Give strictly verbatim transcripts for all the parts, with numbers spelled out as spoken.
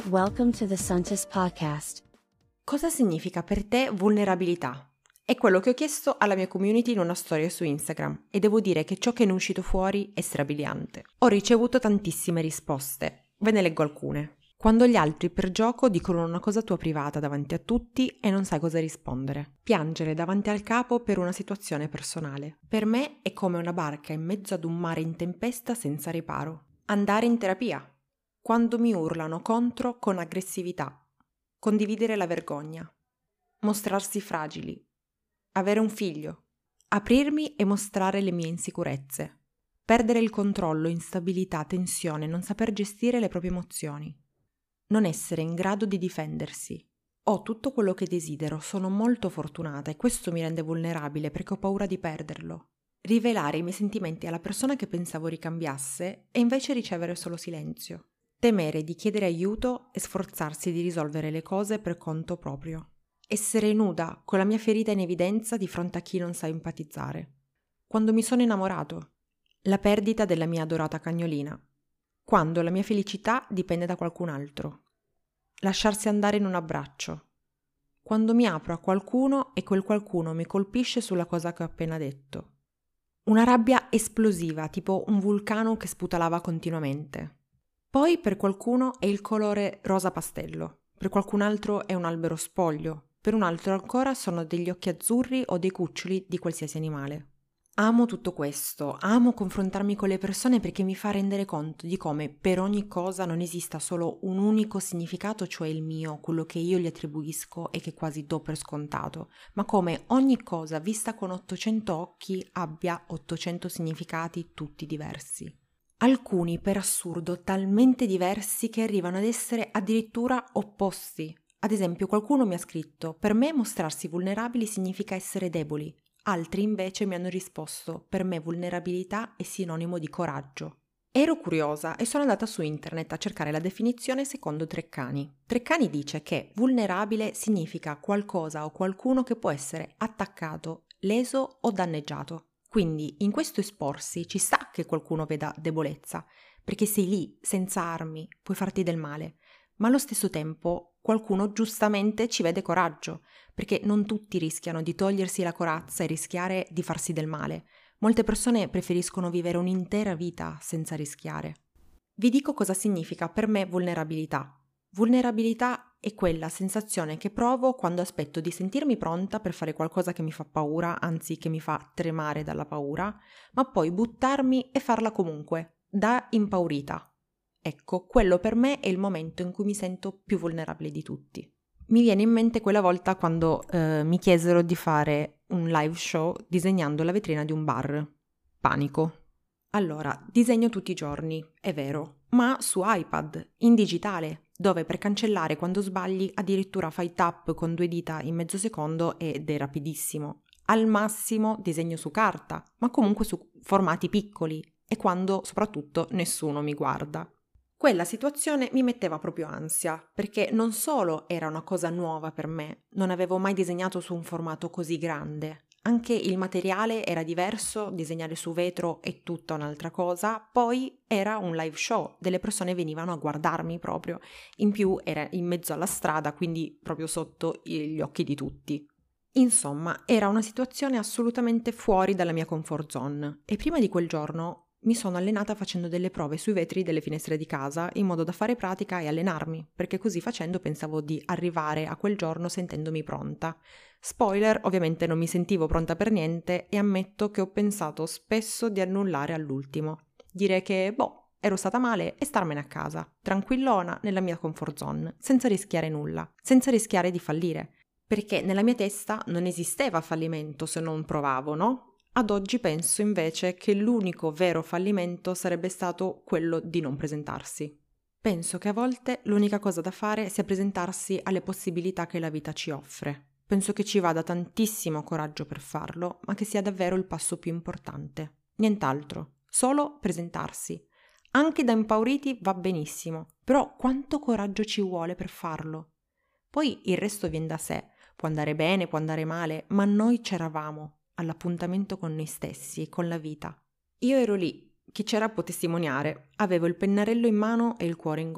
Welcome to the Suntist Podcast. Cosa significa per te vulnerabilità? È quello che ho chiesto alla mia community in una storia su Instagram e devo dire che ciò che ne è uscito fuori è strabiliante. Ho ricevuto tantissime risposte, ve ne leggo alcune. Quando gli altri per gioco dicono una cosa tua privata davanti a tutti e non sai cosa rispondere. Piangere davanti al capo per una situazione personale. Per me è come una barca in mezzo ad un mare in tempesta senza riparo. Andare in terapia. Quando mi urlano contro con aggressività. Condividere la vergogna. Mostrarsi fragili. Avere un figlio. Aprirmi e mostrare le mie insicurezze. Perdere il controllo, instabilità, tensione, non saper gestire le proprie emozioni. Non essere in grado di difendersi. Ho tutto quello che desidero, sono molto fortunata e questo mi rende vulnerabile perché ho paura di perderlo. Rivelare i miei sentimenti alla persona che pensavo ricambiasse e invece ricevere solo silenzio. Temere di chiedere aiuto e sforzarsi di risolvere le cose per conto proprio. Essere nuda, con la mia ferita in evidenza di fronte a chi non sa empatizzare. Quando mi sono innamorato. La perdita della mia adorata cagnolina. Quando la mia felicità dipende da qualcun altro. Lasciarsi andare in un abbraccio. Quando mi apro a qualcuno e quel qualcuno mi colpisce sulla cosa che ho appena detto. Una rabbia esplosiva, tipo un vulcano che sputa lava continuamente. Poi per qualcuno è il colore rosa pastello, per qualcun altro è un albero spoglio, per un altro ancora sono degli occhi azzurri o dei cuccioli di qualsiasi animale. Amo tutto questo, amo confrontarmi con le persone perché mi fa rendere conto di come per ogni cosa non esista solo un unico significato, cioè il mio, quello che io gli attribuisco e che quasi do per scontato, ma come ogni cosa vista con ottocento occhi abbia ottocento significati tutti diversi. Alcuni per assurdo talmente diversi che arrivano ad essere addirittura opposti. Ad esempio qualcuno mi ha scritto: per me mostrarsi vulnerabili significa essere deboli. Altri invece mi hanno risposto: per me vulnerabilità è sinonimo di coraggio. Ero curiosa e sono andata su internet a cercare la definizione secondo Treccani. Treccani dice che vulnerabile significa qualcosa o qualcuno che può essere attaccato, leso o danneggiato. Quindi in questo esporsi ci sta che qualcuno veda debolezza, perché sei lì, senza armi, puoi farti del male, ma allo stesso tempo qualcuno giustamente ci vede coraggio, perché non tutti rischiano di togliersi la corazza e rischiare di farsi del male. Molte persone preferiscono vivere un'intera vita senza rischiare. Vi dico cosa significa per me vulnerabilità. Vulnerabilità è quella sensazione che provo quando aspetto di sentirmi pronta per fare qualcosa che mi fa paura, anzi che mi fa tremare dalla paura, ma poi buttarmi e farla comunque, da impaurita. Ecco, quello per me è il momento in cui mi sento più vulnerabile di tutti. Mi viene in mente quella volta quando eh, mi chiesero di fare un live show disegnando la vetrina di un bar. Panico. Allora, disegno tutti i giorni, è vero, ma su iPad, in digitale, dove per cancellare quando sbagli addirittura fai tap con due dita in mezzo secondo ed è rapidissimo. Al massimo disegno su carta, ma comunque su formati piccoli e quando soprattutto nessuno mi guarda. Quella situazione mi metteva proprio ansia, perché non solo era una cosa nuova per me, non avevo mai disegnato su un formato così grande. Anche il materiale era diverso, disegnare su vetro è tutta un'altra cosa, poi era un live show, delle persone venivano a guardarmi proprio, in più era in mezzo alla strada, quindi proprio sotto gli occhi di tutti. Insomma, era una situazione assolutamente fuori dalla mia comfort zone e prima di quel giorno mi sono allenata facendo delle prove sui vetri delle finestre di casa in modo da fare pratica e allenarmi, perché così facendo pensavo di arrivare a quel giorno sentendomi pronta. Spoiler, ovviamente non mi sentivo pronta per niente e ammetto che ho pensato spesso di annullare all'ultimo. Dire che, boh, ero stata male e starmene a casa, tranquillona nella mia comfort zone, senza rischiare nulla, senza rischiare di fallire. Perché nella mia testa non esisteva fallimento se non provavo, no? Ad oggi penso invece che l'unico vero fallimento sarebbe stato quello di non presentarsi. Penso che a volte l'unica cosa da fare sia presentarsi alle possibilità che la vita ci offre. Penso che ci vada tantissimo coraggio per farlo, ma che sia davvero il passo più importante. Nient'altro, solo presentarsi. Anche da impauriti va benissimo, però quanto coraggio ci vuole per farlo? Poi il resto viene da sé, può andare bene, può andare male, ma noi c'eravamo all'appuntamento con noi stessi e con la vita. Io ero lì, chi c'era può testimoniare, avevo il pennarello in mano e il cuore in gola.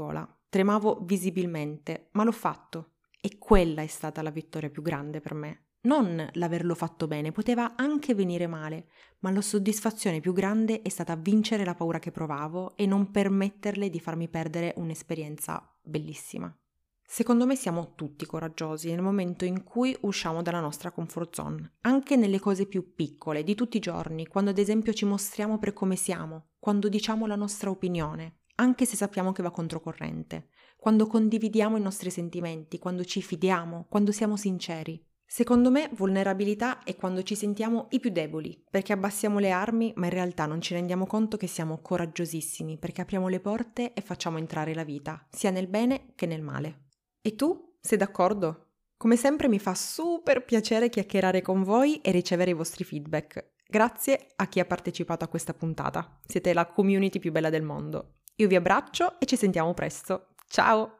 tremavo visibilmente, ma l'ho fatto. E quella è stata la vittoria più grande per me. Non l'averlo fatto bene, poteva anche venire male, ma la soddisfazione più grande è stata vincere la paura che provavo e non permetterle di farmi perdere un'esperienza bellissima. Secondo me siamo tutti coraggiosi nel momento in cui usciamo dalla nostra comfort zone, anche nelle cose più piccole, di tutti i giorni, quando ad esempio ci mostriamo per come siamo, quando diciamo la nostra opinione, anche se sappiamo che va controcorrente, quando condividiamo i nostri sentimenti, quando ci fidiamo, quando siamo sinceri. Secondo me, vulnerabilità è quando ci sentiamo i più deboli, perché abbassiamo le armi, ma in realtà non ci rendiamo conto che siamo coraggiosissimi, perché apriamo le porte e facciamo entrare la vita, sia nel bene che nel male. E tu? Sei d'accordo? Come sempre mi fa super piacere chiacchierare con voi e ricevere i vostri feedback. Grazie a chi ha partecipato a questa puntata. Siete la community più bella del mondo. Io vi abbraccio e ci sentiamo presto. Ciao!